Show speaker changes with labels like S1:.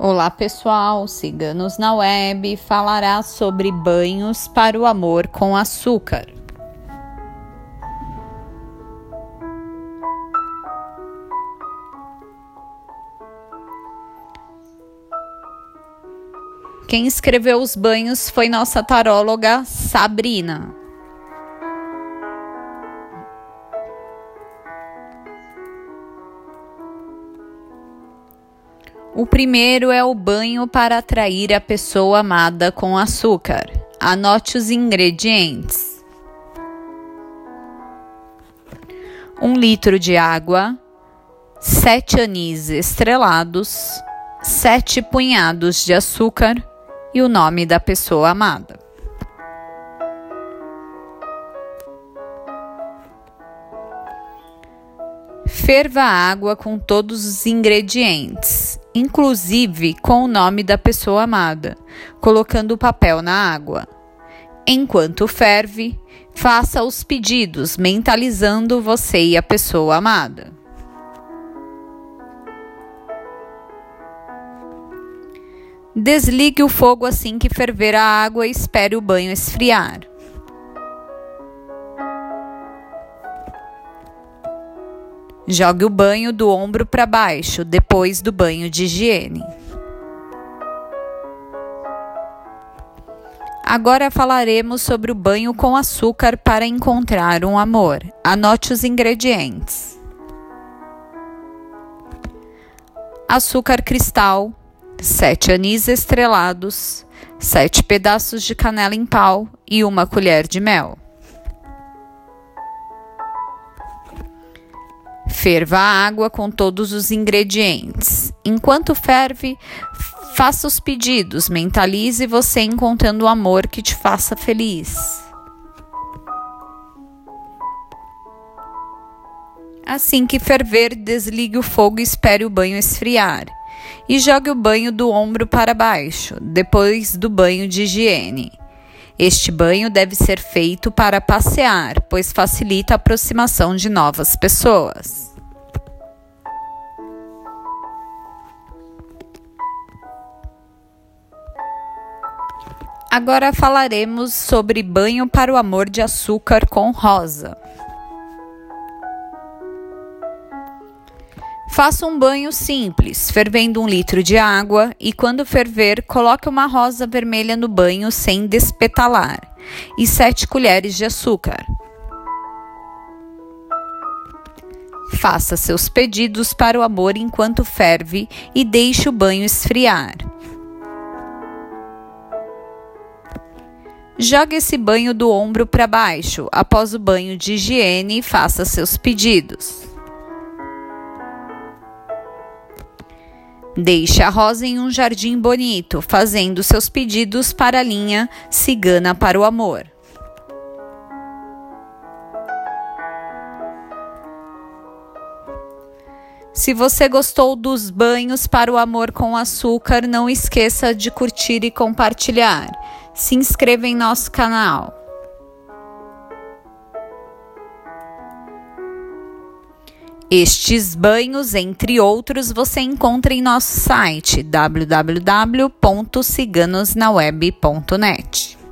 S1: Olá pessoal, Ciganos na Web falará sobre banhos para o amor com açúcar. Quem escreveu os banhos foi nossa taróloga Sabrina. O primeiro é o banho para atrair a pessoa amada com açúcar. Anote os ingredientes: 1 litro de água, 7 anis estrelados, 7 punhados de açúcar e o nome da pessoa amada. Ferva a água com todos os ingredientes, inclusive com o nome da pessoa amada, colocando o papel na água. Enquanto ferve, faça os pedidos, mentalizando você e a pessoa amada. Desligue o fogo assim que ferver a água e espere o banho esfriar. Jogue o banho do ombro para baixo, depois do banho de higiene. Agora falaremos sobre o banho com açúcar para encontrar um amor. Anote os ingredientes: açúcar cristal, 7 anis estrelados, 7 pedaços de canela em pau e 1 colher de mel. Ferva a água com todos os ingredientes. Enquanto ferve, faça os pedidos, mentalize você encontrando o amor que te faça feliz. Assim que ferver, desligue o fogo e espere o banho esfriar. E jogue o banho do ombro para baixo, depois do banho de higiene. Este banho deve ser feito para passear, pois facilita a aproximação de novas pessoas. Agora falaremos sobre banho para o amor de açúcar com rosa. Faça um banho simples, fervendo 1 litro de água e quando ferver, coloque uma rosa vermelha no banho sem despetalar e 7 colheres de açúcar. Faça seus pedidos para o amor enquanto ferve e deixe o banho esfriar. Jogue esse banho do ombro para baixo após o banho de higiene e faça seus pedidos. Deixe a rosa em um jardim bonito, fazendo seus pedidos para a linha Cigana para o Amor. Se você gostou dos banhos para o amor com açúcar, não esqueça de curtir e compartilhar. Se inscreva em nosso canal. Estes banhos, entre outros, você encontra em nosso site www.ciganosnaweb.net.